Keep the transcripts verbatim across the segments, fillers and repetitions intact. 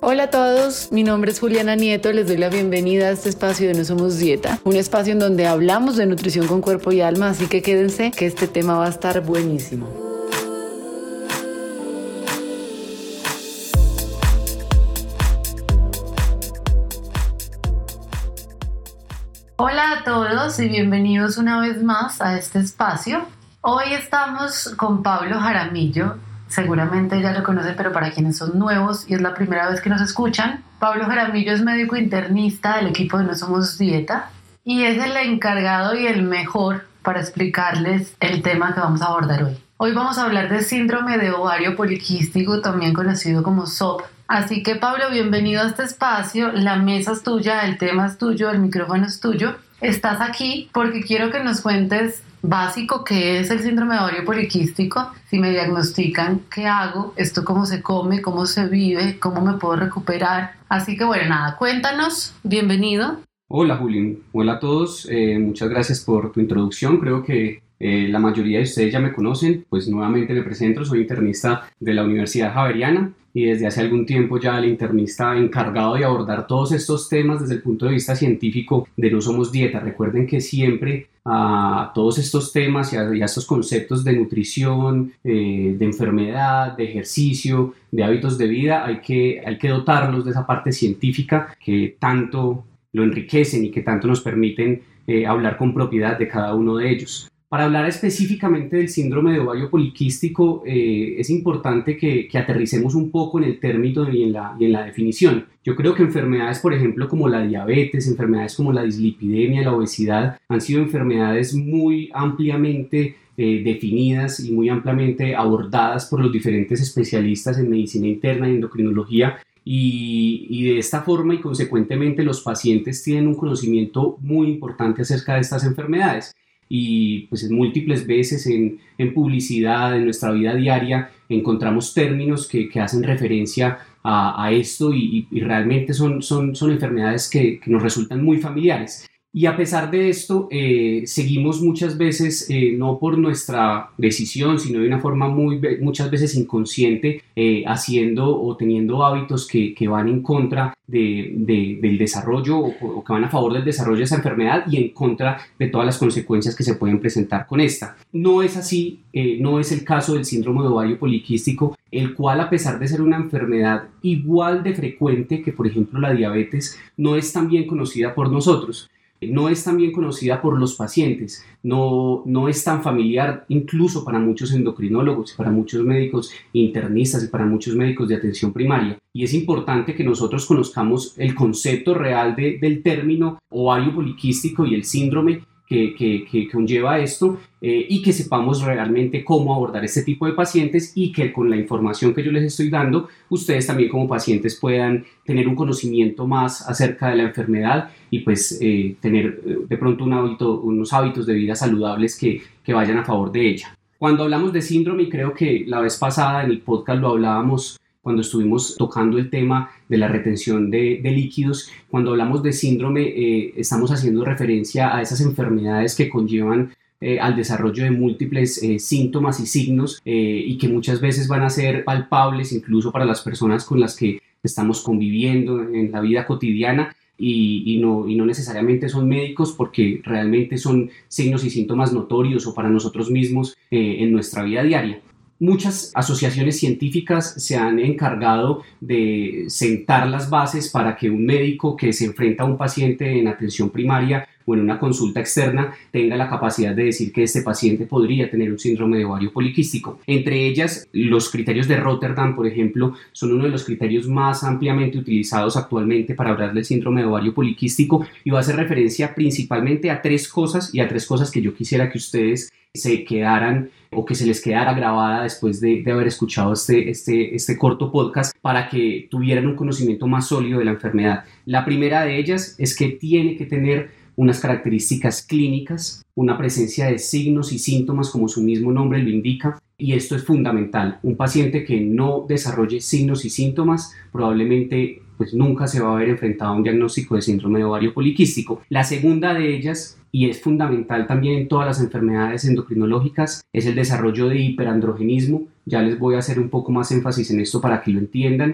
Hola a todos, mi nombre es Juliana Nieto, les doy la bienvenida a este espacio de No Somos Dieta, un espacio en donde hablamos de nutrición con cuerpo y alma, así que quédense que este tema va a estar buenísimo. Hola a todos y bienvenidos una vez más a este espacio. Hoy estamos con Pablo Jaramillo. Seguramente ya lo conocen, pero para quienes son nuevos y es la primera vez que nos escuchan, Pablo Jaramillo es médico internista del equipo de No Somos Dieta y es el encargado y el mejor para explicarles el tema que vamos a abordar hoy. Hoy vamos a hablar de síndrome de ovario poliquístico, también conocido como S O P. Así que Pablo, bienvenido a este espacio, la mesa es tuya, el tema es tuyo, el micrófono es tuyo. Estás aquí porque quiero que nos cuentes básico qué es el síndrome de ovario poliquístico, si me diagnostican, qué hago, esto cómo se come, cómo se vive, cómo me puedo recuperar. Así que bueno, nada, cuéntanos, bienvenido. Hola Juli, hola a todos, eh, muchas gracias por tu introducción, creo que eh, la mayoría de ustedes ya me conocen, pues nuevamente me presento, soy internista de la Universidad Javeriana y desde hace algún tiempo ya el internista encargado de abordar todos estos temas desde el punto de vista científico de No Somos Dieta. Recuerden que siempre a todos estos temas y a, y a estos conceptos de nutrición, eh, de enfermedad, de ejercicio, de hábitos de vida, hay que, hay que dotarlos de esa parte científica que tanto lo enriquecen y que tanto nos permiten eh, hablar con propiedad de cada uno de ellos. Para hablar específicamente del síndrome de ovario poliquístico, eh, es importante que, que aterricemos un poco en el término y en, la, y en la definición. Yo creo que enfermedades, por ejemplo, como la diabetes, enfermedades como la dislipidemia, la obesidad, han sido enfermedades muy ampliamente eh, definidas y muy ampliamente abordadas por los diferentes especialistas en medicina interna y endocrinología. Y, y de esta forma y consecuentemente los pacientes tienen un conocimiento muy importante acerca de estas enfermedades. Y pues múltiples veces en, en publicidad, en nuestra vida diaria, encontramos términos que, que hacen referencia a, a esto y, y realmente son, son, son enfermedades que, que nos resultan muy familiares. Y a pesar de esto, eh, seguimos muchas veces, eh, no por nuestra decisión, sino de una forma muy, muchas veces inconsciente, eh, haciendo o teniendo hábitos que, que van en contra de, de, del desarrollo o, o que van a favor del desarrollo de esa enfermedad y en contra de todas las consecuencias que se pueden presentar con esta. No es así, eh, no es el caso del síndrome de ovario poliquístico, el cual, a pesar de ser una enfermedad igual de frecuente que, por ejemplo, la diabetes, no es tan bien conocida por nosotros. No es tan bien conocida por los pacientes, no, no es tan familiar incluso para muchos endocrinólogos, para muchos médicos internistas y para muchos médicos de atención primaria. Y es importante que nosotros conozcamos el concepto real de, del término ovario poliquístico y el síndrome que, que, que conlleva esto eh, y que sepamos realmente cómo abordar este tipo de pacientes y que con la información que yo les estoy dando, ustedes también como pacientes puedan tener un conocimiento más acerca de la enfermedad y pues eh, tener eh, de pronto un hábito, unos hábitos de vida saludables que, que vayan a favor de ella. Cuando hablamos de síndrome, y creo que la vez pasada en el podcast lo hablábamos cuando estuvimos tocando el tema de la retención de, de líquidos, cuando hablamos de síndrome eh, estamos haciendo referencia a esas enfermedades que conllevan eh, al desarrollo de múltiples eh, síntomas y signos eh, y que muchas veces van a ser palpables incluso para las personas con las que estamos conviviendo en la vida cotidiana. Y, y, no, y no necesariamente son médicos porque realmente son signos y síntomas notorios o para nosotros mismos eh, en nuestra vida diaria. Muchas asociaciones científicas se han encargado de sentar las bases para que un médico que se enfrenta a un paciente en atención primaria o en una consulta externa tenga la capacidad de decir que este paciente podría tener un síndrome de ovario poliquístico. Entre ellas, los criterios de Rotterdam, por ejemplo, son uno de los criterios más ampliamente utilizados actualmente para hablar del síndrome de ovario poliquístico y va a hacer referencia principalmente a tres cosas y a tres cosas que yo quisiera que ustedes se quedaran o que se les quedara grabada después de, de haber escuchado este, este, este corto podcast para que tuvieran un conocimiento más sólido de la enfermedad. La primera de ellas es que tiene que tener unas características clínicas, una presencia de signos y síntomas como su mismo nombre lo indica, y esto es fundamental. Un paciente que no desarrolle signos y síntomas probablemente pues nunca se va a ver enfrentado a un diagnóstico de síndrome de ovario poliquístico. La segunda de ellas, y es fundamental también en todas las enfermedades endocrinológicas, es el desarrollo de hiperandrogenismo. Ya les voy a hacer un poco más énfasis en esto para que lo entiendan.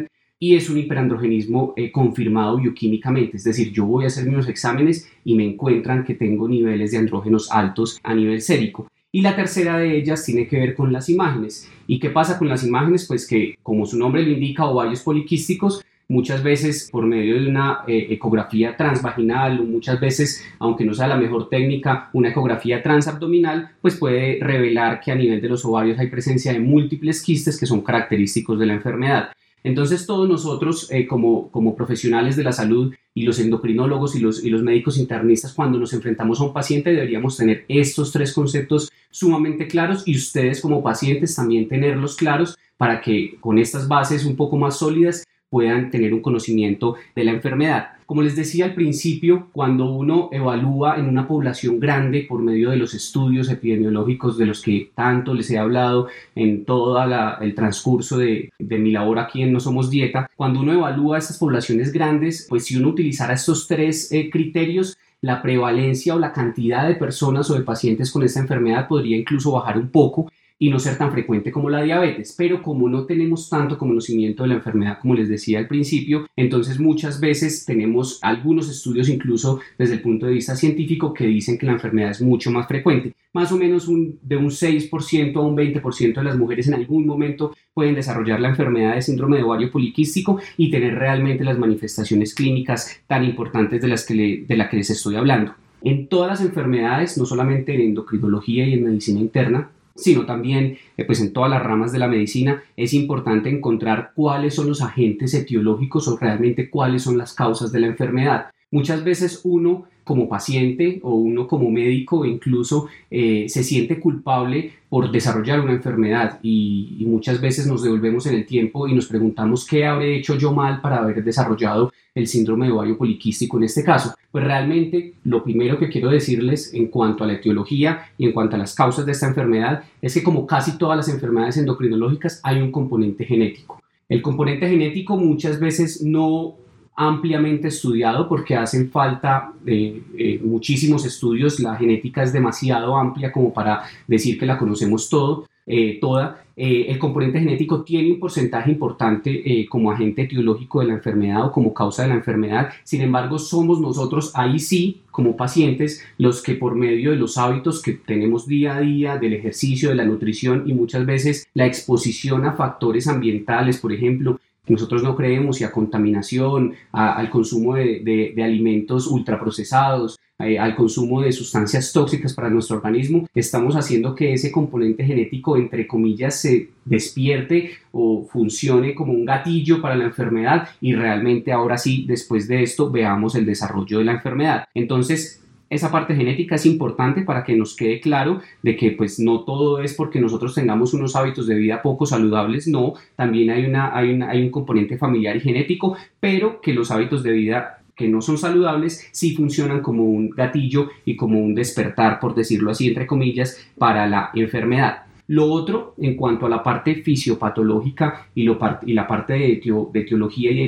y es un hiperandrogenismo eh, confirmado bioquímicamente, es decir, yo voy a hacer unos exámenes y me encuentran que tengo niveles de andrógenos altos a nivel sérico. Y la tercera de ellas tiene que ver con las imágenes. ¿Y qué pasa con las imágenes? Pues que, como su nombre lo indica, ovarios poliquísticos, muchas veces por medio de una eh, ecografía transvaginal o muchas veces, aunque no sea la mejor técnica, una ecografía transabdominal, pues puede revelar que a nivel de los ovarios hay presencia de múltiples quistes que son característicos de la enfermedad. Entonces todos nosotros eh, como, como profesionales de la salud y los endocrinólogos y los, y los médicos internistas, cuando nos enfrentamos a un paciente deberíamos tener estos tres conceptos sumamente claros y ustedes como pacientes también tenerlos claros para que con estas bases un poco más sólidas puedan tener un conocimiento de la enfermedad. Como les decía al principio, cuando uno evalúa en una población grande por medio de los estudios epidemiológicos de los que tanto les he hablado en todo el transcurso de, de mi labor aquí en No Somos Dieta, cuando uno evalúa estas poblaciones grandes, pues si uno utilizara estos tres eh, criterios, la prevalencia o la cantidad de personas o de pacientes con esta enfermedad podría incluso bajar un poco y no ser tan frecuente como la diabetes, pero como no tenemos tanto conocimiento de la enfermedad como les decía al principio, entonces muchas veces tenemos algunos estudios incluso desde el punto de vista científico que dicen que la enfermedad es mucho más frecuente, más o menos un, de un seis por ciento a un veinte por ciento de las mujeres en algún momento pueden desarrollar la enfermedad de síndrome de ovario poliquístico y tener realmente las manifestaciones clínicas tan importantes de las que, le, de las que les estoy hablando. En todas las enfermedades, no solamente en endocrinología y en medicina interna, sino también eh, pues en todas las ramas de la medicina es importante encontrar cuáles son los agentes etiológicos o realmente cuáles son las causas de la enfermedad. Muchas veces uno como paciente o uno como médico incluso eh, se siente culpable por desarrollar una enfermedad y, y muchas veces nos devolvemos en el tiempo y nos preguntamos qué habré hecho yo mal para haber desarrollado el síndrome de ovario poliquístico en este caso. Pues realmente lo primero que quiero decirles en cuanto a la etiología y en cuanto a las causas de esta enfermedad es que como casi todas las enfermedades endocrinológicas hay un componente genético. El componente genético muchas veces no ampliamente estudiado porque hacen falta eh, eh, muchísimos estudios, la genética es demasiado amplia como para decir que la conocemos todo, eh, toda. Eh, el componente genético tiene un porcentaje importante eh, como agente etiológico de la enfermedad o como causa de la enfermedad, sin embargo somos nosotros ahí sí como pacientes los que por medio de los hábitos que tenemos día a día, del ejercicio, de la nutrición y muchas veces la exposición a factores ambientales, por ejemplo, nosotros no creemos y a contaminación, a, al consumo de, de, de alimentos ultraprocesados, eh, al consumo de sustancias tóxicas para nuestro organismo, estamos haciendo que ese componente genético, entre comillas, se despierte o funcione como un gatillo para la enfermedad y realmente ahora sí, después de esto, veamos el desarrollo de la enfermedad. Entonces, esa parte genética es importante para que nos quede claro de que pues no todo es porque nosotros tengamos unos hábitos de vida poco saludables, no, también hay, una, hay, una, hay un componente familiar y genético, pero que los hábitos de vida que no son saludables sí funcionan como un gatillo y como un despertar, por decirlo así, entre comillas, para la enfermedad. Lo otro, en cuanto a la parte fisiopatológica y, lo, y la parte de, etio, de etiología y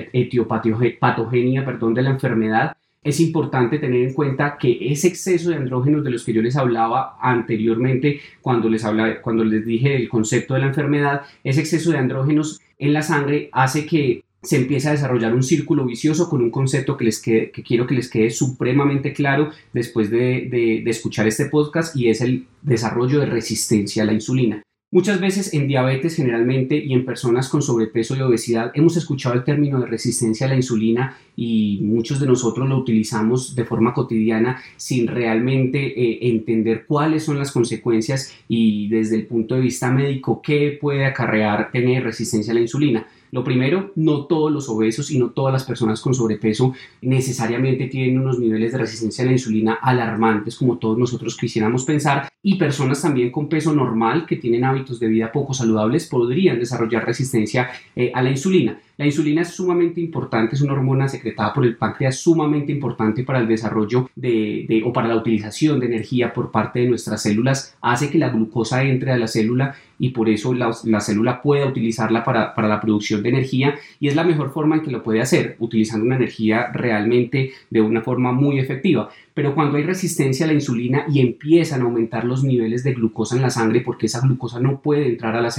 etiopatogenia perdón, de la enfermedad, es importante tener en cuenta que ese exceso de andrógenos de los que yo les hablaba anteriormente cuando les, hablaba, cuando les dije el concepto de la enfermedad, ese exceso de andrógenos en la sangre hace que se empiece a desarrollar un círculo vicioso con un concepto que, les quede, que quiero que les quede supremamente claro después de, de, de escuchar este podcast y es el desarrollo de resistencia a la insulina. Muchas veces en diabetes generalmente y en personas con sobrepeso y obesidad hemos escuchado el término de resistencia a la insulina y muchos de nosotros lo utilizamos de forma cotidiana sin realmente eh, entender cuáles son las consecuencias y desde el punto de vista médico qué puede acarrear tener resistencia a la insulina. Lo primero, no todos los obesos y no todas las personas con sobrepeso necesariamente tienen unos niveles de resistencia a la insulina alarmantes como todos nosotros quisiéramos pensar y personas también con peso normal que tienen hábitos de vida poco saludables podrían desarrollar resistencia eh, a la insulina. La insulina es sumamente importante, es una hormona secretada por el páncreas sumamente importante para el desarrollo de, de, o para la utilización de energía por parte de nuestras células, hace que la glucosa entre a la célula y por eso la, la célula pueda utilizarla para, para la producción de energía y es la mejor forma en que lo puede hacer, utilizando una energía realmente de una forma muy efectiva. Pero cuando hay resistencia a la insulina y empiezan a aumentar los niveles de glucosa en la sangre porque esa glucosa no puede entrar a la célula,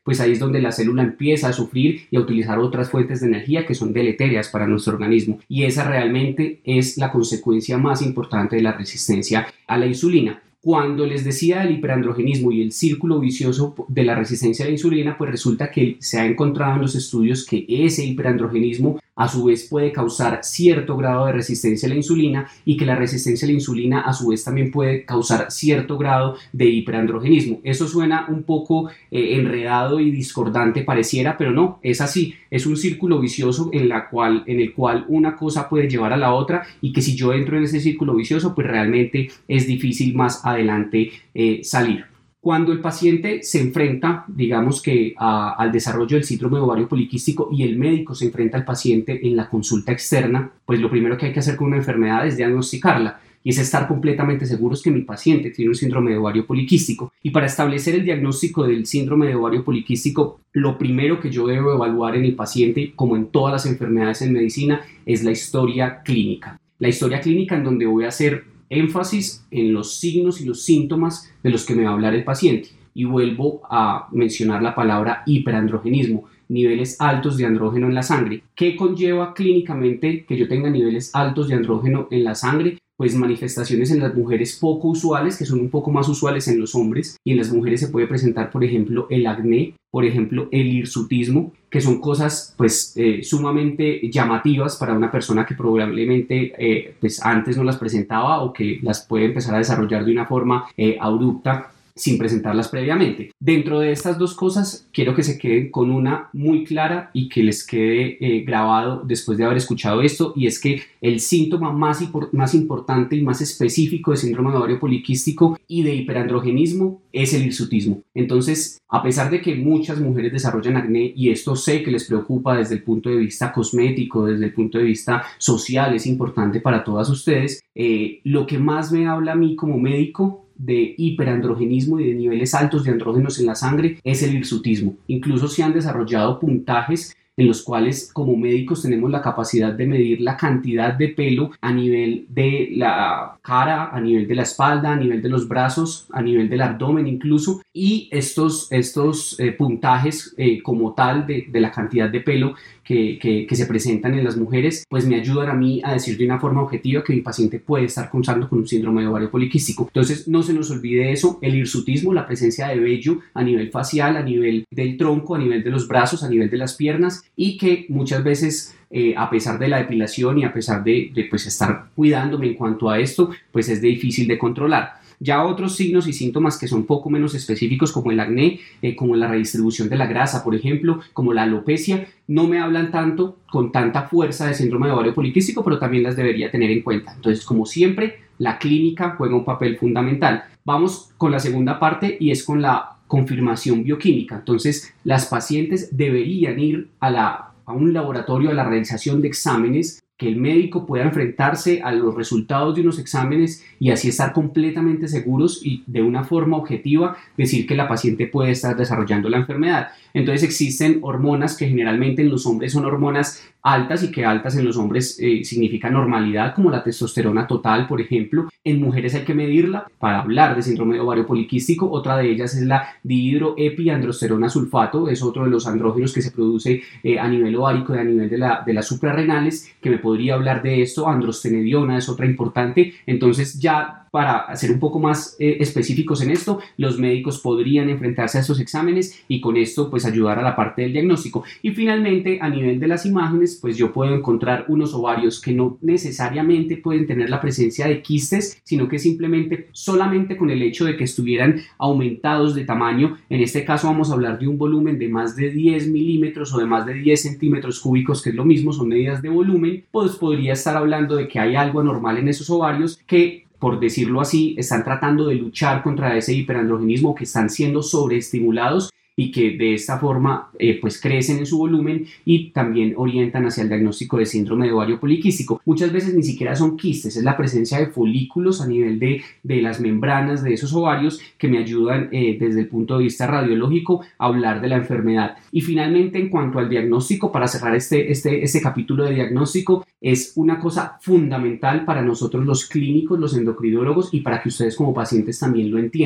pues ahí es donde la célula empieza a sufrir y a utilizar otras fuentes de energía que son deleterias para nuestro organismo. Y esa realmente es la consecuencia más importante de la resistencia a la insulina. Cuando les decía del hiperandrogenismo y el círculo vicioso de la resistencia a la insulina, pues resulta que se ha encontrado en los estudios que ese hiperandrogenismo a su vez puede causar cierto grado de resistencia a la insulina y que la resistencia a la insulina a su vez también puede causar cierto grado de hiperandrogenismo. Eso suena un poco eh, enredado y discordante pareciera, pero no, es así. Es un círculo vicioso en, la cual, en el cual una cosa puede llevar a la otra y que si yo entro en ese círculo vicioso, pues realmente es difícil más adelante eh, salir. Cuando el paciente se enfrenta, digamos que a, al desarrollo del síndrome de ovario poliquístico y el médico se enfrenta al paciente en la consulta externa, pues lo primero que hay que hacer con una enfermedad es diagnosticarla y es estar completamente seguros que mi paciente tiene un síndrome de ovario poliquístico. Y para establecer el diagnóstico del síndrome de ovario poliquístico, lo primero que yo debo evaluar en el paciente, como en todas las enfermedades en medicina, es la historia clínica. La historia clínica en donde voy a hacer énfasis en los signos y los síntomas de los que me va a hablar el paciente. Y vuelvo a mencionar la palabra hiperandrogenismo, niveles altos de andrógeno en la sangre. ¿Qué conlleva clínicamente que yo tenga niveles altos de andrógeno en la sangre? Pues manifestaciones en las mujeres poco usuales, que son un poco más usuales en los hombres, y en las mujeres se puede presentar, por ejemplo, el acné, por ejemplo, el hirsutismo, que son cosas pues eh, sumamente llamativas para una persona que probablemente eh, pues antes no las presentaba o que las puede empezar a desarrollar de una forma eh, abrupta sin presentarlas previamente. Dentro de estas dos cosas quiero que se queden con una muy clara y que les quede eh, grabado después de haber escuchado esto, y es que el síntoma más, más importante y más específico de síndrome de ovario poliquístico y de hiperandrogenismo es el hirsutismo. Entonces, a pesar de que muchas mujeres desarrollan acné, y esto sé que les preocupa desde el punto de vista cosmético, desde el punto de vista social, es importante para todas ustedes, eh, lo que más me habla a mí como médico de hiperandrogenismo y de niveles altos de andrógenos en la sangre es el hirsutismo. Incluso se han desarrollado puntajes en los cuales como médicos tenemos la capacidad de medir la cantidad de pelo a nivel de la cara, a nivel de la espalda, a nivel de los brazos, a nivel del abdomen incluso, y estos, estos eh, puntajes eh, como tal de, de la cantidad de pelo que, que, que se presentan en las mujeres, pues me ayudan a mí a decir de una forma objetiva que mi paciente puede estar cursando con un síndrome de ovario poliquístico. Entonces no se nos olvide eso, el hirsutismo, la presencia de vello a nivel facial, a nivel del tronco, a nivel de los brazos, a nivel de las piernas, y que muchas veces eh, a pesar de la depilación y a pesar de, de pues, estar cuidándome en cuanto a esto, pues es difícil de controlar. Ya otros signos y síntomas que son poco menos específicos, como el acné, eh, como la redistribución de la grasa, por ejemplo, como la alopecia, no me hablan tanto con tanta fuerza de síndrome de ovario poliquístico, pero también las debería tener en cuenta. Entonces, como siempre, la clínica juega un papel fundamental. Vamos con la segunda parte y es con la confirmación bioquímica. Entonces, las pacientes deberían ir a, la, a un laboratorio a la realización de exámenes, que el médico pueda enfrentarse a los resultados de unos exámenes y así estar completamente seguros y de una forma objetiva decir que la paciente puede estar desarrollando la enfermedad. Entonces existen hormonas que generalmente en los hombres son hormonas altas y que altas en los hombres eh, significa normalidad, como la testosterona total, por ejemplo. En mujeres hay que medirla para hablar de síndrome de ovario poliquístico. Otra de ellas es la dihidroepiandrosterona sulfato, es otro de los andrógenos que se produce eh, a nivel ovárico y a nivel de, la, de las suprarrenales, que me podría hablar de esto. Androstenediona es otra importante. Entonces, ya para ser un poco más eh, específicos en esto, los médicos podrían enfrentarse a estos exámenes y con esto pues ayudar a la parte del diagnóstico. Y finalmente, a nivel de las imágenes, pues yo puedo encontrar unos ovarios que no necesariamente pueden tener la presencia de quistes, sino que simplemente solamente con el hecho de que estuvieran aumentados de tamaño, en este caso vamos a hablar de un volumen de más de diez milímetros o de más de diez centímetros cúbicos, que es lo mismo, son medidas de volumen, pues podría estar hablando de que hay algo anormal en esos ovarios que, por decirlo así, están tratando de luchar contra ese hiperandrogenismo, que están siendo sobreestimulados y que de esta forma eh, pues crecen en su volumen y también orientan hacia el diagnóstico de síndrome de ovario poliquístico. Muchas veces ni siquiera son quistes, es la presencia de folículos a nivel de, de las membranas de esos ovarios que me ayudan eh, desde el punto de vista radiológico a hablar de la enfermedad. Y finalmente, en cuanto al diagnóstico, para cerrar este, este, este capítulo de diagnóstico, es una cosa fundamental para nosotros los clínicos, los endocrinólogos, y para que ustedes como pacientes también lo entiendan.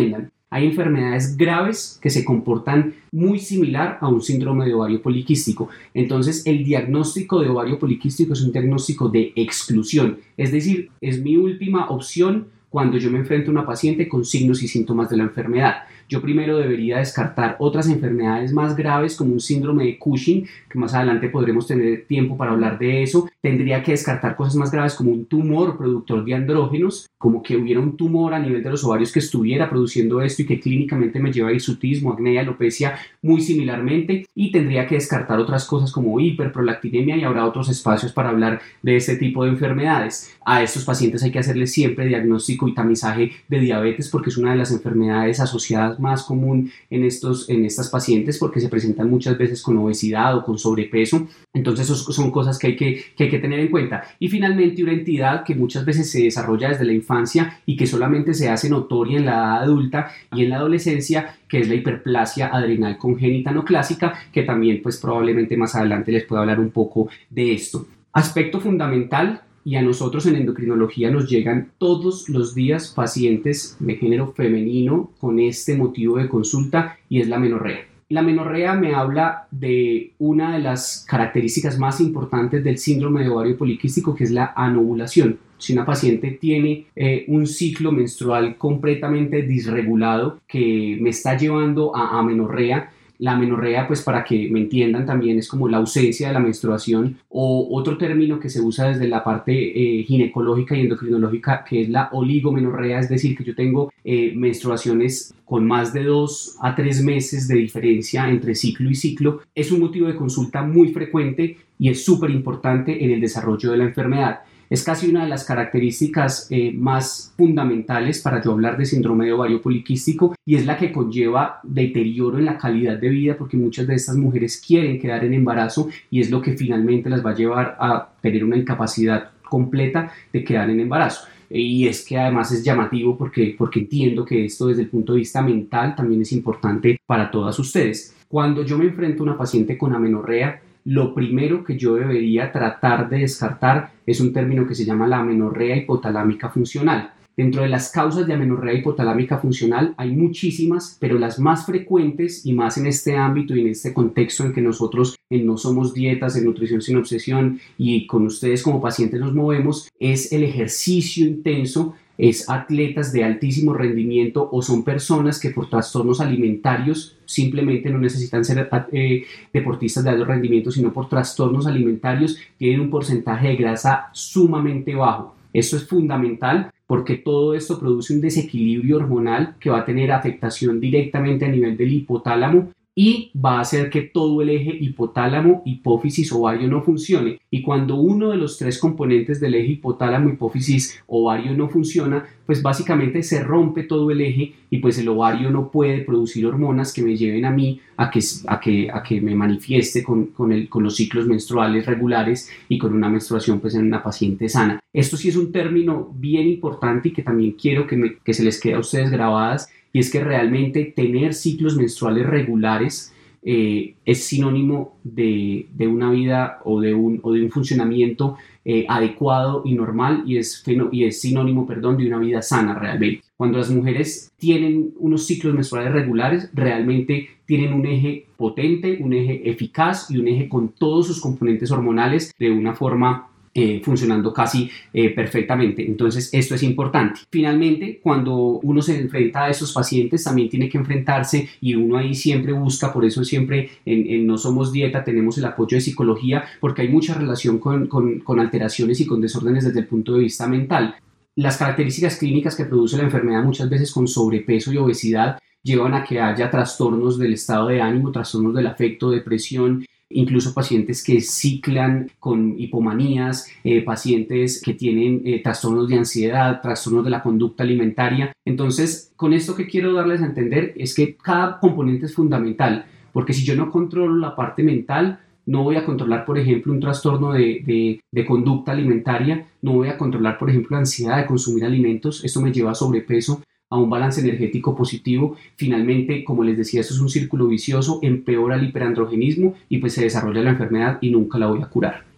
Hay enfermedades graves que se comportan muy similar a un síndrome de ovario poliquístico. Entonces, el diagnóstico de ovario poliquístico es un diagnóstico de exclusión, es decir, es mi última opción cuando yo me enfrento a una paciente con signos y síntomas de la enfermedad. Yo primero debería descartar otras enfermedades más graves como un síndrome de Cushing, que más adelante podremos tener tiempo para hablar de eso. Tendría que descartar cosas más graves como un tumor productor de andrógenos, como que hubiera un tumor a nivel de los ovarios que estuviera produciendo esto y que clínicamente me lleva a hirsutismo, acné y alopecia muy similarmente. Y tendría que descartar otras cosas como hiperprolactinemia, y habrá otros espacios para hablar de este tipo de enfermedades. A estos pacientes hay que hacerles siempre diagnóstico y tamizaje de diabetes, porque es una de las enfermedades asociadas más común en, estos, en estas pacientes, porque se presentan muchas veces con obesidad o con sobrepeso. Entonces eso son cosas que hay que, que hay que tener en cuenta. Y finalmente, una entidad que muchas veces se desarrolla desde la infancia y que solamente se hace notoria en la edad adulta y en la adolescencia, que es la hiperplasia adrenal congénita no clásica, que también pues probablemente más adelante les pueda hablar un poco de esto. Aspecto fundamental, y a nosotros en endocrinología nos llegan todos los días pacientes de género femenino con este motivo de consulta, y es la menorrea. La menorrea me habla de una de las características más importantes del síndrome de ovario poliquístico, que es la anovulación. Si una paciente tiene eh, un ciclo menstrual completamente disregulado que me está llevando a amenorrea, la amenorrea, pues para que me entiendan también, es como la ausencia de la menstruación, o otro término que se usa desde la parte eh, ginecológica y endocrinológica, que es la oligomenorrea, es decir, que yo tengo eh, menstruaciones con más de dos a tres meses de diferencia entre ciclo y ciclo. Es un motivo de consulta muy frecuente y es súper importante en el desarrollo de la enfermedad. Es casi una de las características eh, más fundamentales para yo hablar de síndrome de ovario poliquístico, y es la que conlleva deterioro en la calidad de vida, porque muchas de estas mujeres quieren quedar en embarazo y es lo que finalmente las va a llevar a tener una incapacidad completa de quedar en embarazo. Y es que además es llamativo porque, porque entiendo que esto desde el punto de vista mental también es importante para todas ustedes. Cuando yo me enfrento a una paciente con amenorrea, lo primero que yo debería tratar de descartar es un término que se llama la amenorrea hipotalámica funcional. Dentro de las causas de amenorrea hipotalámica funcional hay muchísimas, pero las más frecuentes y más en este ámbito y en este contexto en que nosotros en No Somos Dietas, en Nutrición Sin Obsesión y con ustedes como pacientes nos movemos, es el ejercicio intenso, es atletas de altísimo rendimiento o son personas que por trastornos alimentarios simplemente no necesitan ser eh, deportistas de alto rendimiento, sino por trastornos alimentarios tienen un porcentaje de grasa sumamente bajo. Esto es fundamental porque todo esto produce un desequilibrio hormonal que va a tener afectación directamente a nivel del hipotálamo y va a hacer que todo el eje hipotálamo, hipófisis, ovario no funcione. Y cuando uno de los tres componentes del eje hipotálamo, hipófisis, ovario no funciona, pues básicamente se rompe todo el eje y pues el ovario no puede producir hormonas que me lleven a mí a que, a que, a que me manifieste con, con, el, con los ciclos menstruales regulares y con una menstruación pues en una paciente sana. Esto sí es un término bien importante y que también quiero que, me, que se les quede a ustedes grabadas, y es que realmente tener ciclos menstruales regulares eh, es sinónimo de, de una vida o de un, o de un funcionamiento eh, adecuado y normal, y es, y es sinónimo, perdón, de una vida sana realmente. Cuando las mujeres tienen unos ciclos menstruales regulares, realmente tienen un eje potente, un eje eficaz y un eje con todos sus componentes hormonales de una forma Eh, funcionando casi eh, perfectamente. Entonces esto es importante. Finalmente, cuando uno se enfrenta a esos pacientes, también tiene que enfrentarse, y uno ahí siempre busca, por eso siempre en, en No Somos Dieta tenemos el apoyo de psicología, porque hay mucha relación con, con, con alteraciones y con desórdenes desde el punto de vista mental. Las características clínicas que produce la enfermedad, muchas veces con sobrepeso y obesidad, llevan a que haya trastornos del estado de ánimo, trastornos del afecto, depresión, incluso pacientes que ciclan con hipomanías, eh, pacientes que tienen eh, trastornos de ansiedad, trastornos de la conducta alimentaria. Entonces, con esto que quiero darles a entender es que cada componente es fundamental, porque si yo no controlo la parte mental, no voy a controlar, por ejemplo, un trastorno de, de, de conducta alimentaria, no voy a controlar, por ejemplo, la ansiedad de consumir alimentos. Esto me lleva a sobrepeso, a un balance energético positivo. Finalmente, como les decía, esto es un círculo vicioso, empeora el hiperandrogenismo y pues se desarrolla la enfermedad y nunca la voy a curar.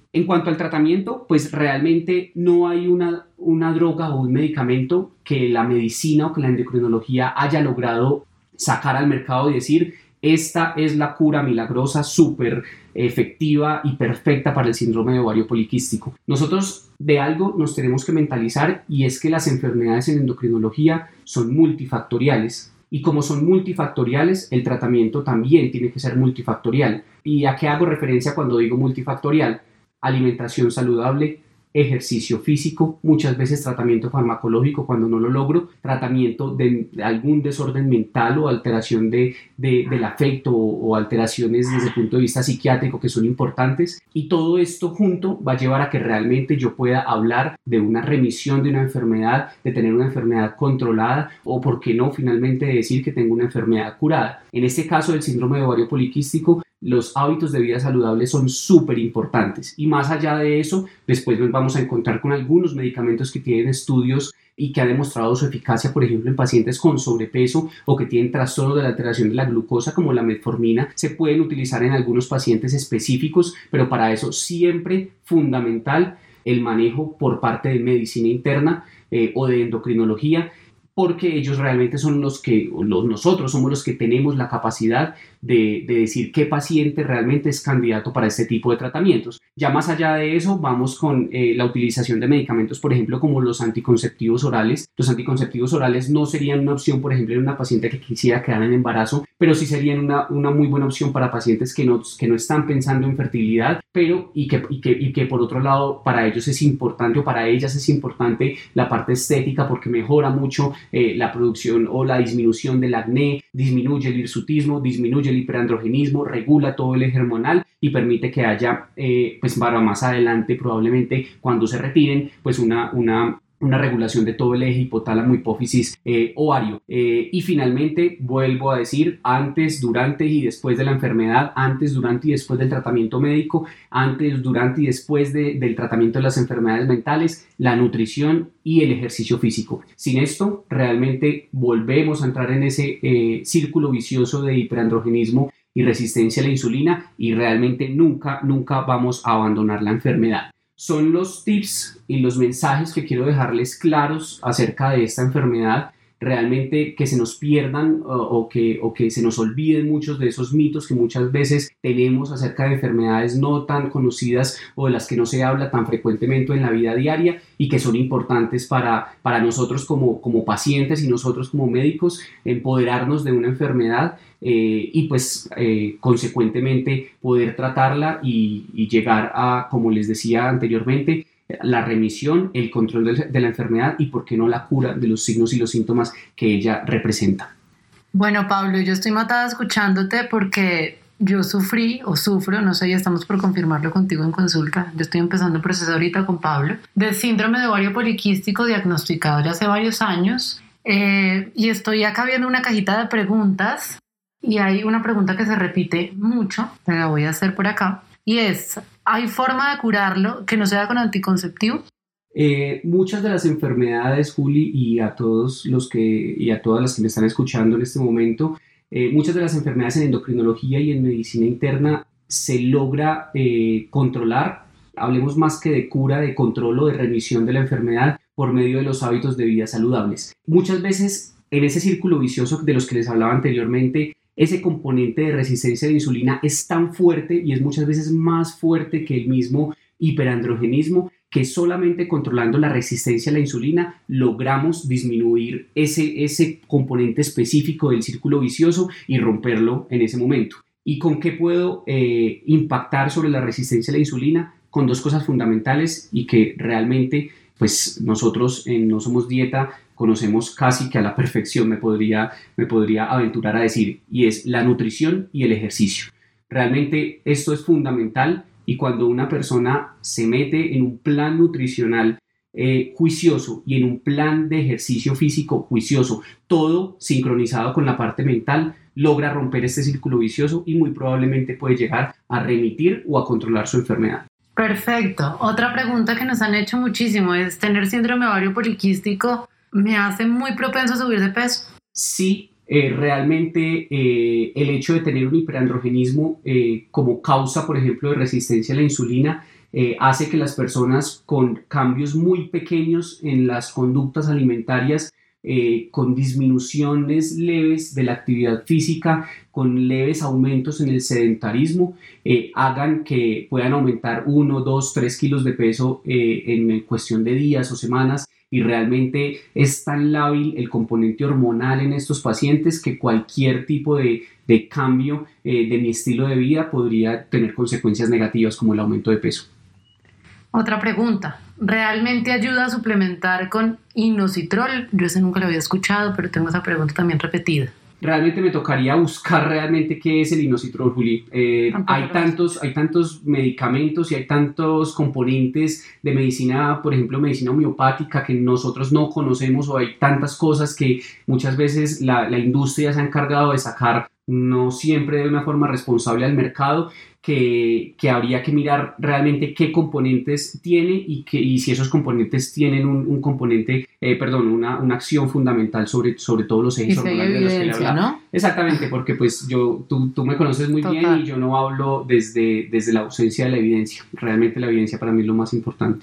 En cuanto al tratamiento, pues realmente no hay una, una droga o un medicamento que la medicina o que la endocrinología haya logrado sacar al mercado y decir: esta es la cura milagrosa, súper efectiva y perfecta para el síndrome de ovario poliquístico. Nosotros de algo nos tenemos que mentalizar, y es que las enfermedades en endocrinología son multifactoriales. Y como son multifactoriales, el tratamiento también tiene que ser multifactorial. ¿Y a qué hago referencia cuando digo multifactorial? Alimentación saludable, ejercicio físico, muchas veces tratamiento farmacológico cuando no lo logro, tratamiento de, de algún desorden mental o alteración de, de, del afecto o, o alteraciones desde el punto de vista psiquiátrico que son importantes, y todo esto junto va a llevar a que realmente yo pueda hablar de una remisión de una enfermedad, de tener una enfermedad controlada, o por qué no finalmente decir que tengo una enfermedad curada. En este caso del síndrome de ovario poliquístico, los hábitos de vida saludables son súper importantes, y más allá de eso, después nos vamos a encontrar con algunos medicamentos que tienen estudios y que ha demostrado su eficacia, por ejemplo, en pacientes con sobrepeso o que tienen trastornos de la alteración de la glucosa, como la metformina. Se pueden utilizar en algunos pacientes específicos, pero para eso siempre fundamental el manejo por parte de medicina interna eh, o de endocrinología, porque ellos realmente son los que, los, nosotros somos los que tenemos la capacidad de, de decir qué paciente realmente es candidato para este tipo de tratamientos. Ya más allá de eso, vamos con eh, la utilización de medicamentos, por ejemplo, como los anticonceptivos orales. Los anticonceptivos orales no serían una opción, por ejemplo, en una paciente que quisiera quedar en embarazo, pero sí serían una, una muy buena opción para pacientes que no, que no están pensando en fertilidad, pero y que, y, que, y que por otro lado para ellos es importante, o para ellas es importante, la parte estética, porque mejora mucho eh, la producción o la disminución del acné, disminuye el hirsutismo, disminuye el hiperandrogenismo, regula todo el eje hormonal y permite que haya, eh, pues para más adelante probablemente cuando se retiren, pues una, una una regulación de todo el eje hipotálamo, hipófisis, eh, ovario. Eh, y finalmente, vuelvo a decir, antes, durante y después de la enfermedad, antes, durante y después del tratamiento médico, antes, durante y después de, del tratamiento de las enfermedades mentales, la nutrición y el ejercicio físico. Sin esto, realmente volvemos a entrar en ese eh, círculo vicioso de hiperandrogenismo y resistencia a la insulina, y realmente nunca, nunca vamos a abandonar la enfermedad. Son los tips y los mensajes que quiero dejarles claros acerca de esta enfermedad. Realmente que se nos pierdan o, o, que, o que se nos olviden muchos de esos mitos que muchas veces tenemos acerca de enfermedades no tan conocidas o de las que no se habla tan frecuentemente en la vida diaria, y que son importantes para, para nosotros como, como pacientes y nosotros como médicos, empoderarnos de una enfermedad eh, y pues eh, consecuentemente poder tratarla y, y llegar a, como les decía anteriormente, la remisión, el control de, de la enfermedad y, por qué no, la cura de los signos y los síntomas que ella representa. Bueno, Pablo, yo estoy matada escuchándote porque yo sufrí o sufro, no sé, ya estamos por confirmarlo contigo en consulta, yo estoy empezando el proceso ahorita con Pablo, de síndrome de ovario poliquístico diagnosticado ya hace varios años, eh, y estoy acá viendo una cajita de preguntas y hay una pregunta que se repite mucho, te la voy a hacer por acá, y es: ¿hay forma de curarlo que no sea con anticonceptivo? Eh, muchas de las enfermedades, Juli, y a todos los que y a todas las que me están escuchando en este momento, eh, muchas de las enfermedades en endocrinología y en medicina interna se logra eh, controlar. Hablemos más que de cura, de control o de remisión de la enfermedad por medio de los hábitos de vida saludables. Muchas veces en ese círculo vicioso de los que les hablaba anteriormente, ese componente de resistencia a la insulina es tan fuerte y es muchas veces más fuerte que el mismo hiperandrogenismo, que solamente controlando la resistencia a la insulina logramos disminuir ese, ese componente específico del círculo vicioso y romperlo en ese momento. ¿Y con qué puedo eh, impactar sobre la resistencia a la insulina? Con dos cosas fundamentales y que realmente pues nosotros en No Somos Dieta conocemos casi que a la perfección, me podría, me podría aventurar a decir, y es la nutrición y el ejercicio. Realmente esto es fundamental, y cuando una persona se mete en un plan nutricional eh, juicioso y en un plan de ejercicio físico juicioso, todo sincronizado con la parte mental, logra romper este círculo vicioso y muy probablemente puede llegar a remitir o a controlar su enfermedad. Perfecto. Otra pregunta que nos han hecho muchísimo es: ¿tener síndrome ovario poliquístico me hace muy propenso a subir de peso? Sí, eh, realmente eh, el hecho de tener un hiperandrogenismo eh, como causa, por ejemplo, de resistencia a la insulina, eh, hace que las personas con cambios muy pequeños en las conductas alimentarias, eh, con disminuciones leves de la actividad física, con leves aumentos en el sedentarismo, eh, hagan que puedan aumentar uno, dos, tres kilos de peso eh, en cuestión de días o semanas. Y realmente es tan lábil el componente hormonal en estos pacientes que cualquier tipo de, de cambio eh, de mi estilo de vida podría tener consecuencias negativas como el aumento de peso. Otra pregunta, ¿realmente ayuda a suplementar con inositol? Yo ese nunca lo había escuchado, pero tengo esa pregunta también repetida. Realmente me tocaría buscar realmente qué es el inositol, Juli. Eh, hay, tantos, hay tantos medicamentos y hay tantos componentes de medicina, por ejemplo, medicina homeopática que nosotros no conocemos, o hay tantas cosas que muchas veces la, la industria se ha encargado de sacar, no siempre de una forma responsable al mercado, que, que habría que mirar realmente qué componentes tiene y, que, y si esos componentes tienen un, un componente, eh, perdón, una, una acción fundamental sobre, sobre todos los ejes hormonales de los que le hablaba. ¿No? Exactamente, porque pues yo, tú, tú me conoces muy Total. bien y yo no hablo desde, desde la ausencia de la evidencia. Realmente la evidencia para mí es lo más importante.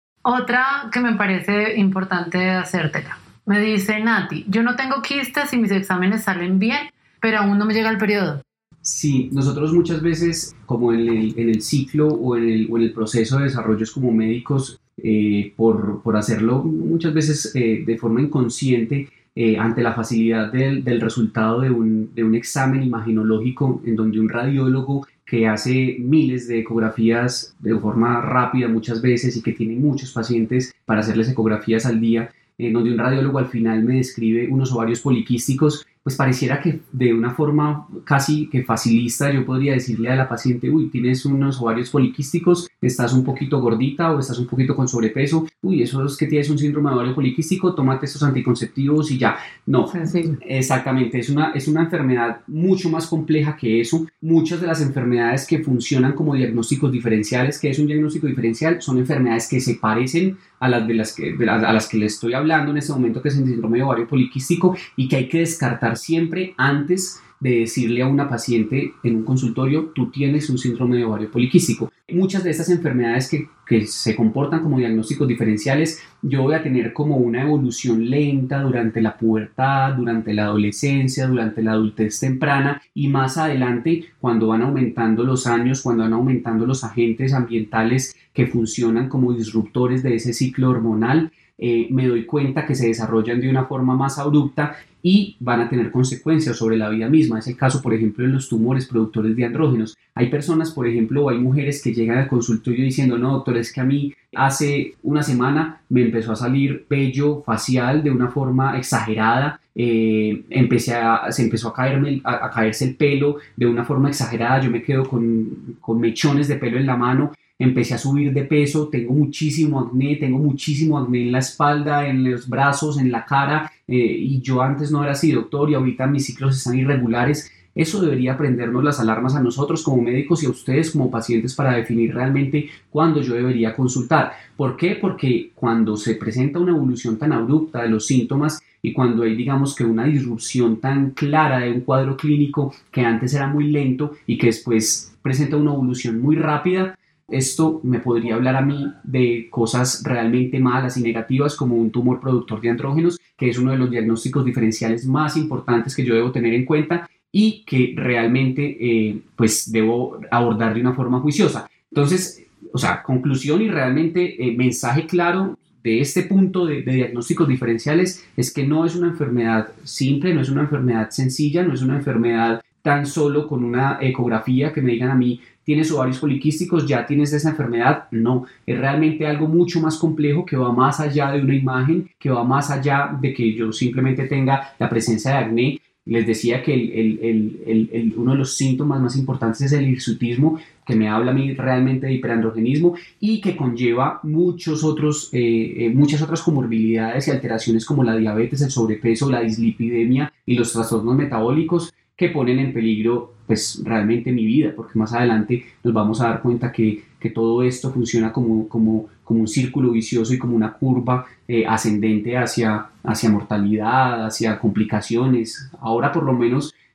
Otra que me parece importante hacértela. Me dice Nati, yo no tengo quistes y mis exámenes salen bien, pero aún no me llega el periodo. Sí, nosotros muchas veces, como en el, en el ciclo o en el, o en el proceso de desarrollos como médicos, eh, por, por hacerlo muchas veces eh, de forma inconsciente, eh, ante la facilidad del, del resultado de un, de un examen imaginológico en donde un radiólogo que hace miles de ecografías de forma rápida muchas veces y que tiene muchos pacientes para hacerles ecografías al día, en donde un radiólogo al final me describe unos ovarios poliquísticos, pues pareciera que de una forma casi que facilista yo podría decirle a la paciente, uy, tienes unos ovarios poliquísticos, estás un poquito gordita o estás un poquito con sobrepeso, uy, eso es que tienes un síndrome de ovario poliquístico, tómate estos anticonceptivos y ya. No, sí, sí. Exactamente, es una, es una enfermedad mucho más compleja que eso. Muchas de las enfermedades que funcionan como diagnósticos diferenciales, que es un diagnóstico diferencial, son enfermedades que se parecen a las de las que, de las, a las que le estoy hablando en este momento, que es el síndrome de ovario poliquístico, y que hay que descartar siempre antes de decirle a una paciente en un consultorio, tú tienes un síndrome de ovario poliquístico. Muchas de estas enfermedades que, que se comportan como diagnósticos diferenciales, yo voy a tener como una evolución lenta durante la pubertad, durante la adolescencia, durante la adultez temprana, y más adelante, cuando van aumentando los años, cuando van aumentando los agentes ambientales que funcionan como disruptores de ese ciclo hormonal, eh, me doy cuenta que se desarrollan de una forma más abrupta y van a tener consecuencias sobre la vida misma. Es el caso, por ejemplo, de los tumores productores de andrógenos. Hay personas, por ejemplo, o hay mujeres que llegan al consultorio diciendo, no, doctor, es que a mí hace una semana me empezó a salir vello facial de una forma exagerada, eh, empecé a, se empezó a, caerme, a, a caerse el pelo de una forma exagerada, yo me quedo con, con mechones de pelo en la mano, empecé a subir de peso, tengo muchísimo acné, tengo muchísimo acné en la espalda, en los brazos, en la cara, eh, y yo antes no era así, doctor, y ahorita mis ciclos están irregulares. Eso debería prendernos las alarmas a nosotros como médicos y a ustedes como pacientes para definir realmente cuándo yo debería consultar. ¿Por qué? Porque cuando se presenta una evolución tan abrupta de los síntomas y cuando hay, digamos, que una disrupción tan clara de un cuadro clínico que antes era muy lento y que después presenta una evolución muy rápida, esto me podría hablar a mí de cosas realmente malas y negativas, como un tumor productor de andrógenos, que es uno de los diagnósticos diferenciales más importantes que yo debo tener en cuenta y que realmente eh, pues debo abordar de una forma juiciosa. Entonces, o sea, conclusión y realmente eh, mensaje claro de este punto de, de diagnósticos diferenciales es que no es una enfermedad simple, no es una enfermedad sencilla, no es una enfermedad tan solo con una ecografía que me digan a mí, tienes ovarios poliquísticos, ya tienes esa enfermedad. No, es realmente algo mucho más complejo que va más allá de una imagen, que va más allá de que yo simplemente tenga la presencia de acné. Les decía que el, el, el, el, el, uno de los síntomas más importantes es el hirsutismo, que me habla a mí realmente de hiperandrogenismo y que conlleva muchos otros, eh, eh, muchas otras comorbilidades y alteraciones como la diabetes, el sobrepeso, la dislipidemia y los trastornos metabólicos que ponen en peligro pues realmente mi vida, porque más adelante nos vamos a dar cuenta que, que todo esto funciona como, como, como un círculo vicioso y como una curva eh, ascendente hacia, hacia mortalidad, hacia complicaciones. Ahora por lo menos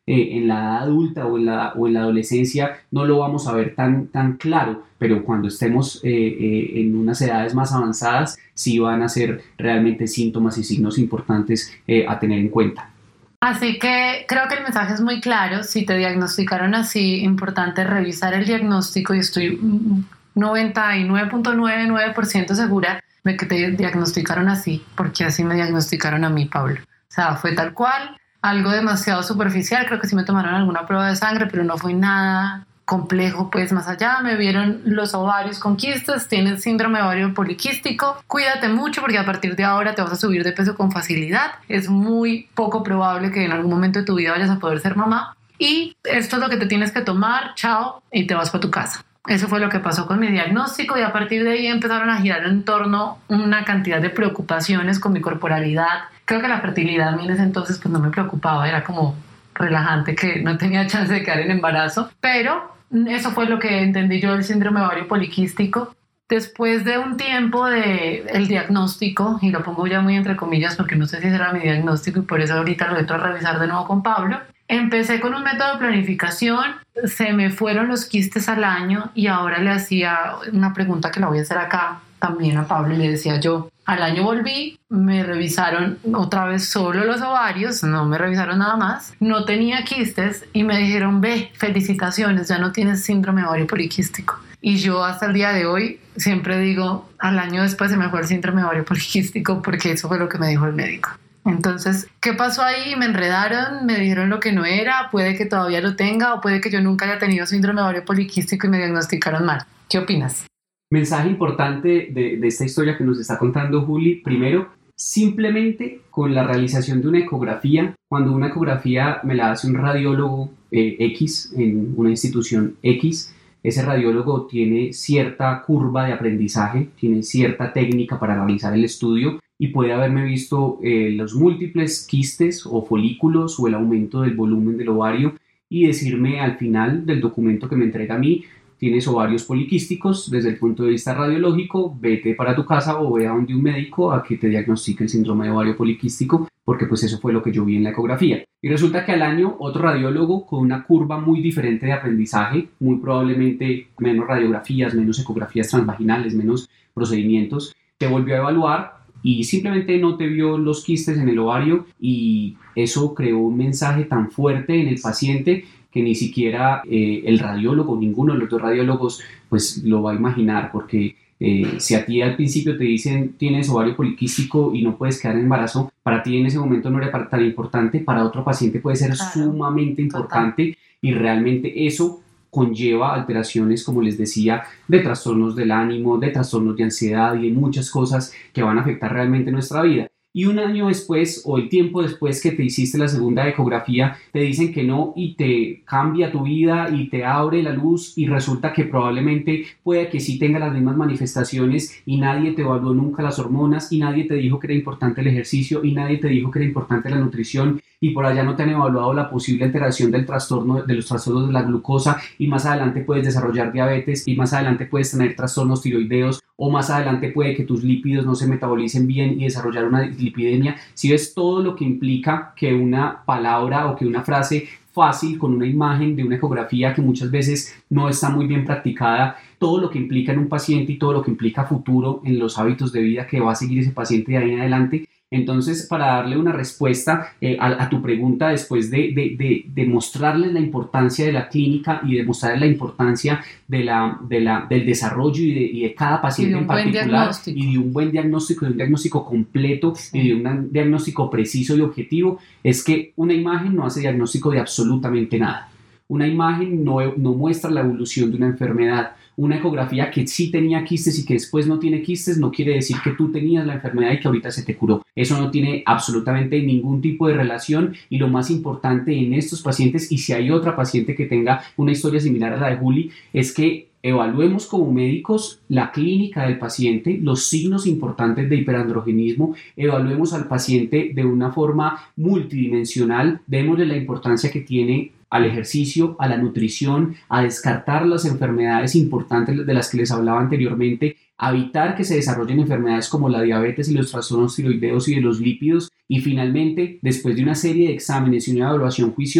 eh, en la edad adulta o en la, o en la adolescencia no lo vamos a ver tan, tan claro, pero cuando estemos eh, eh, en unas edades más avanzadas sí van a ser realmente síntomas y signos importantes eh, a tener en cuenta. Así que creo que el mensaje es muy claro. Si te diagnosticaron así, importante revisar el diagnóstico, y estoy noventa y nueve punto noventa y nueve por ciento segura de que te diagnosticaron así, porque así me diagnosticaron a mí, Pablo. O sea, fue tal cual, algo demasiado superficial. Creo que sí me tomaron alguna prueba de sangre, pero no fue nada complejo, pues más allá. Me vieron los ovarios con quistes, tienes síndrome ovario poliquístico, cuídate mucho porque a partir de ahora te vas a subir de peso con facilidad, es muy poco probable que en algún momento de tu vida vayas a poder ser mamá, y esto es lo que te tienes que tomar, chao, y te vas para tu casa. Eso fue lo que pasó con mi diagnóstico, y a partir de ahí empezaron a girar en torno una cantidad de preocupaciones con mi corporalidad. Creo que la fertilidad a mí en ese entonces pues no me preocupaba, era como relajante que no tenía chance de quedar en embarazo, pero eso fue lo que entendí yo del síndrome ovario poliquístico. Después de un tiempo de el diagnóstico, y lo pongo ya muy entre comillas porque no sé si será mi diagnóstico y por eso ahorita lo entro a revisar de nuevo con Pablo, empecé con un método de planificación, se me fueron los quistes al año, y ahora le hacía una pregunta que la voy a hacer acá también a Pablo, y le decía yo, al año volví, me revisaron otra vez solo los ovarios, no me revisaron nada más, no tenía quistes, y me dijeron, ve, felicitaciones, ya no tienes síndrome ovario poliquístico. Y yo hasta el día de hoy siempre digo, al año después se me fue el síndrome ovario poliquístico, porque eso fue lo que me dijo el médico. Entonces, ¿qué pasó ahí? Me enredaron, me dijeron lo que no era, puede que todavía lo tenga, o puede que yo nunca haya tenido síndrome ovario poliquístico y me diagnosticaron mal. ¿Qué opinas? Mensaje importante de, de esta historia que nos está contando Juli. Primero, simplemente con la realización de una ecografía, cuando una ecografía me la hace un radiólogo eh, X en una institución X, ese radiólogo tiene cierta curva de aprendizaje, tiene cierta técnica para realizar el estudio, y puede haberme visto eh, los múltiples quistes o folículos o el aumento del volumen del ovario y decirme al final del documento que me entrega a mí, tienes ovarios poliquísticos, desde el punto de vista radiológico, vete para tu casa o ve a donde un médico a que te diagnostique el síndrome de ovario poliquístico, porque pues eso fue lo que yo vi en la ecografía. Y resulta que al año otro radiólogo con una curva muy diferente de aprendizaje, muy probablemente menos radiografías, menos ecografías transvaginales, menos procedimientos, te volvió a evaluar y simplemente no te vio los quistes en el ovario, y eso creó un mensaje tan fuerte en el paciente que ni siquiera eh, el radiólogo, ninguno de los dos radiólogos, pues lo va a imaginar, porque eh, si a ti al principio te dicen tienes ovario poliquístico y no puedes quedar en embarazo, para ti en ese momento no era tan importante, para otro paciente puede ser claro, sumamente importante, total. Y realmente eso conlleva alteraciones, como les decía, de trastornos del ánimo, de trastornos de ansiedad y de muchas cosas que van a afectar realmente nuestra vida. Y un año después o el tiempo después que te hiciste la segunda ecografía te dicen que no, y te cambia tu vida y te abre la luz, y resulta que probablemente puede que sí tenga las mismas manifestaciones, y nadie te evaluó nunca las hormonas, y nadie te dijo que era importante el ejercicio, y nadie te dijo que era importante la nutrición, y por allá no te han evaluado la posible alteración del trastorno, de los trastornos de la glucosa, y más adelante puedes desarrollar diabetes, y más adelante puedes tener trastornos tiroideos, o más adelante puede que tus lípidos no se metabolicen bien y desarrollar una lipidemia. Si ves todo lo que implica que una palabra o que una frase fácil con una imagen de una ecografía que muchas veces no está muy bien practicada, todo lo que implica en un paciente y todo lo que implica futuro en los hábitos de vida que va a seguir ese paciente de ahí en adelante. Entonces, para darle una respuesta eh, a, a tu pregunta, después de, de, de, de mostrarles la importancia de la clínica y de mostrarles la importancia de la, de la, del desarrollo y de, y de cada paciente de en particular, y de un buen diagnóstico, de un diagnóstico completo, sí. Y de un diagnóstico preciso y objetivo, es que una imagen no hace diagnóstico de absolutamente nada. Una imagen no, no muestra la evolución de una enfermedad. Una ecografía que sí tenía quistes y que después no tiene quistes no quiere decir que tú tenías la enfermedad y que ahorita se te curó. Eso no tiene absolutamente ningún tipo de relación, y lo más importante en estos pacientes, y si hay otra paciente que tenga una historia similar a la de Juli, es que evaluemos como médicos la clínica del paciente, los signos importantes de hiperandrogenismo, evaluemos al paciente de una forma multidimensional, démosle la importancia que tiene al ejercicio, a la nutrición, a descartar las enfermedades importantes de las que les hablaba anteriormente, a evitar que se desarrollen enfermedades como la diabetes y los trastornos tiroideos y de los lípidos, y finalmente, después de una serie de exámenes y una evaluación juiciosa,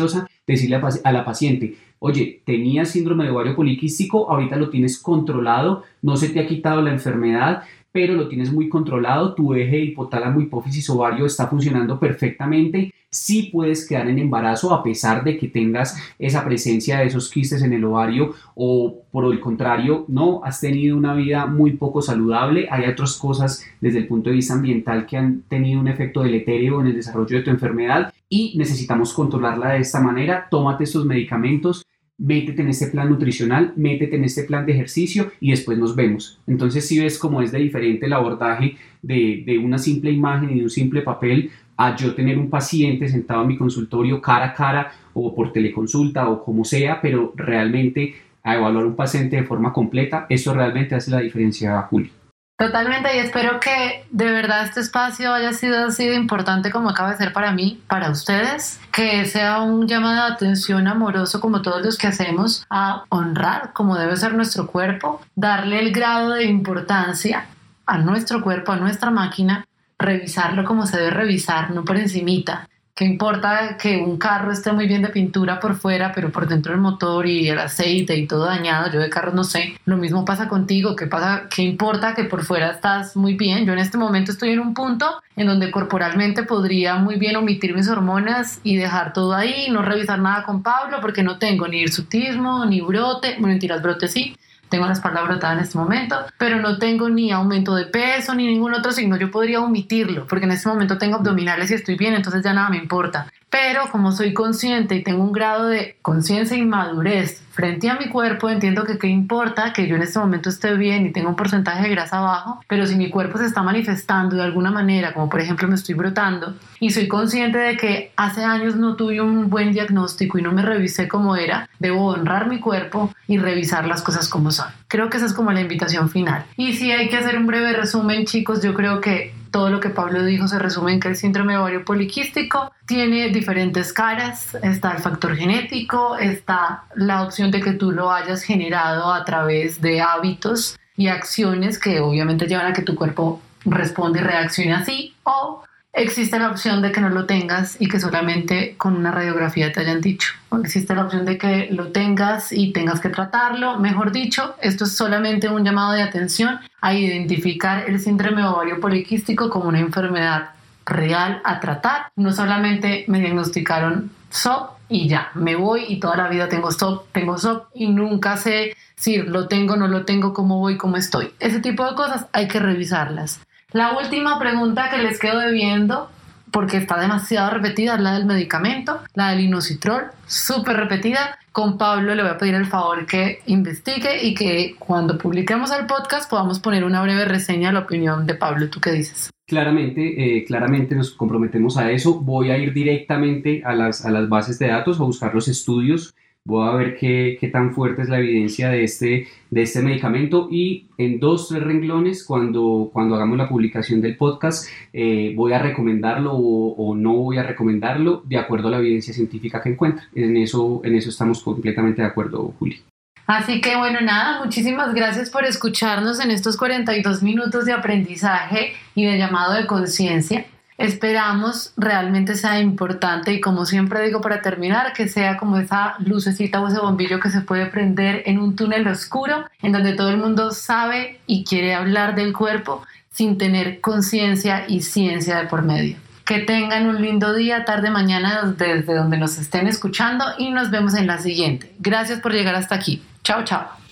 decirle a, a la paciente, oye, tenías síndrome de ovario poliquístico, ahorita lo tienes controlado, no se te ha quitado la enfermedad, pero lo tienes muy controlado, tu eje hipotálamo, hipófisis, ovario está funcionando perfectamente, sí puedes quedar en embarazo a pesar de que tengas esa presencia de esos quistes en el ovario, o por el contrario, no, has tenido una vida muy poco saludable, hay otras cosas desde el punto de vista ambiental que han tenido un efecto deletério en el desarrollo de tu enfermedad y necesitamos controlarla de esta manera, tómate estos medicamentos, métete en este plan nutricional, métete en este plan de ejercicio y después nos vemos. Entonces si ves cómo es de diferente el abordaje de, de una simple imagen y de un simple papel a yo tener un paciente sentado en mi consultorio cara a cara o por teleconsulta o como sea, pero realmente a evaluar un paciente de forma completa, eso realmente hace la diferencia, Juli. Totalmente, y espero que de verdad este espacio haya sido así de importante como acaba de ser para mí, para ustedes, que sea un llamado de atención amoroso como todos los que hacemos a honrar como debe ser nuestro cuerpo, darle el grado de importancia a nuestro cuerpo, a nuestra máquina, revisarlo como se debe revisar, no por encimita. ¿Qué importa que un carro esté muy bien de pintura por fuera, pero por dentro el motor y el aceite y todo dañado? Yo de carros no sé. Lo mismo pasa contigo. ¿Qué pasa? ¿Qué importa que por fuera estás muy bien? Yo en este momento estoy en un punto en donde corporalmente podría muy bien omitir mis hormonas y dejar todo ahí, no revisar nada con Pablo porque no tengo ni hirsutismo, ni brote. Bueno, mentiras, brote sí. Tengo la espalda brotada en este momento, pero no tengo ni aumento de peso ni ningún otro signo. Yo podría omitirlo porque en este momento tengo abdominales y estoy bien, entonces ya nada me importa. Pero como soy consciente y tengo un grado de conciencia y madurez frente a mi cuerpo, entiendo que qué importa que yo en este momento esté bien y tenga un porcentaje de grasa bajo, pero si mi cuerpo se está manifestando de alguna manera, como por ejemplo me estoy brotando, y soy consciente de que hace años no tuve un buen diagnóstico y no me revisé como era, debo honrar mi cuerpo y revisar las cosas como son. Creo que esa es como la invitación final. Y si hay que hacer un breve resumen, chicos, yo creo que todo lo que Pablo dijo se resume en que el síndrome de ovario poliquístico tiene diferentes caras. Está el factor genético, está la opción de que tú lo hayas generado a través de hábitos y acciones que obviamente llevan a que tu cuerpo responda y reaccione así, o existe la opción de que no lo tengas y que solamente con una radiografía te hayan dicho. O existe la opción de que lo tengas y tengas que tratarlo. Mejor dicho, esto es solamente un llamado de atención a identificar el síndrome de ovario poliquístico como una enfermedad real a tratar. No solamente me diagnosticaron S O P y ya, me voy y toda la vida tengo S O P, tengo S O P y nunca sé si lo tengo, no lo tengo, cómo voy, cómo estoy. Ese tipo de cosas hay que revisarlas. La última pregunta que les quedo debiendo, porque está demasiado repetida, es la del medicamento, la del inositol, súper repetida. Con Pablo le voy a pedir el favor que investigue y que cuando publiquemos el podcast podamos poner una breve reseña de la opinión de Pablo. ¿Tú qué dices? Claramente, eh, claramente nos comprometemos a eso. Voy a ir directamente a las, a las bases de datos, a buscar los estudios. Voy a ver qué, qué tan fuerte es la evidencia de este, de este medicamento y en dos, tres renglones, cuando, cuando hagamos la publicación del podcast, eh, voy a recomendarlo o, o no voy a recomendarlo de acuerdo a la evidencia científica que encuentre. En eso, en eso estamos completamente de acuerdo, Juli. Así que bueno, nada, muchísimas gracias por escucharnos en estos cuarenta y dos minutos de aprendizaje y de llamado de conciencia. Esperamos realmente sea importante y, como siempre digo para terminar, que sea como esa lucecita o ese bombillo que se puede prender en un túnel oscuro en donde todo el mundo sabe y quiere hablar del cuerpo sin tener conciencia y ciencia de por medio. Que tengan un lindo día, tarde, mañana desde donde nos estén escuchando y nos vemos en la siguiente. Gracias por llegar hasta aquí. Chao, chao.